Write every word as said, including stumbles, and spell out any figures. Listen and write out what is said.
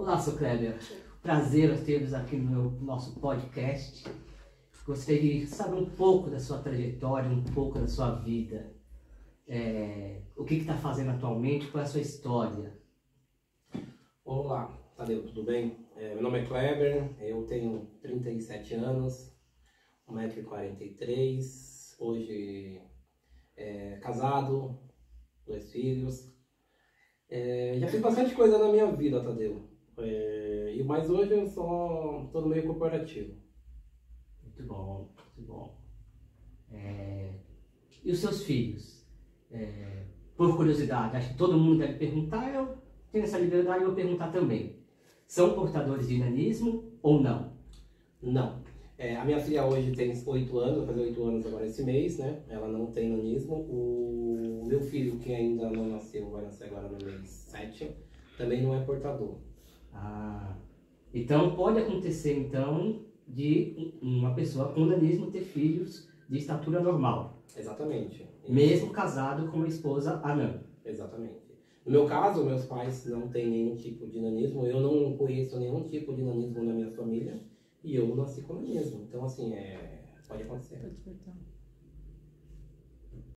Olá, sou Kleber. Prazer tê-los aqui no meu, nosso podcast. Gostaria de saber um pouco da sua trajetória, um pouco da sua vida. É, o que está fazendo atualmente, qual é a sua história? Olá, Tadeu, tudo bem? É, meu nome é Kleber, eu tenho trinta e sete anos, um metro e quarenta e três, hoje é, casado, dois filhos. É, já fiz bastante coisa na minha vida, Tadeu. É, e mas hoje eu só estou no meio corporativo. Muito bom, muito bom. É, e os seus filhos? É, por curiosidade, acho que todo mundo deve perguntar, eu tenho essa liberdade e vou perguntar também. São portadores de nanismo ou não? Não. É, a minha filha hoje tem oito anos, vai fazer oito anos agora esse mês, né? Ela não tem nanismo. O meu filho, que ainda não nasceu, vai nascer agora no mês sete, também não é portador. Ah, então pode acontecer então de uma pessoa com nanismo ter filhos de estatura normal. Exatamente. Mesmo casado com uma esposa anã. Exatamente. No meu caso, meus pais não têm nenhum tipo de nanismo, eu não conheço nenhum tipo de nanismo na minha família e eu nasci com nanismo. Então, assim, é... pode acontecer. Pode cortar.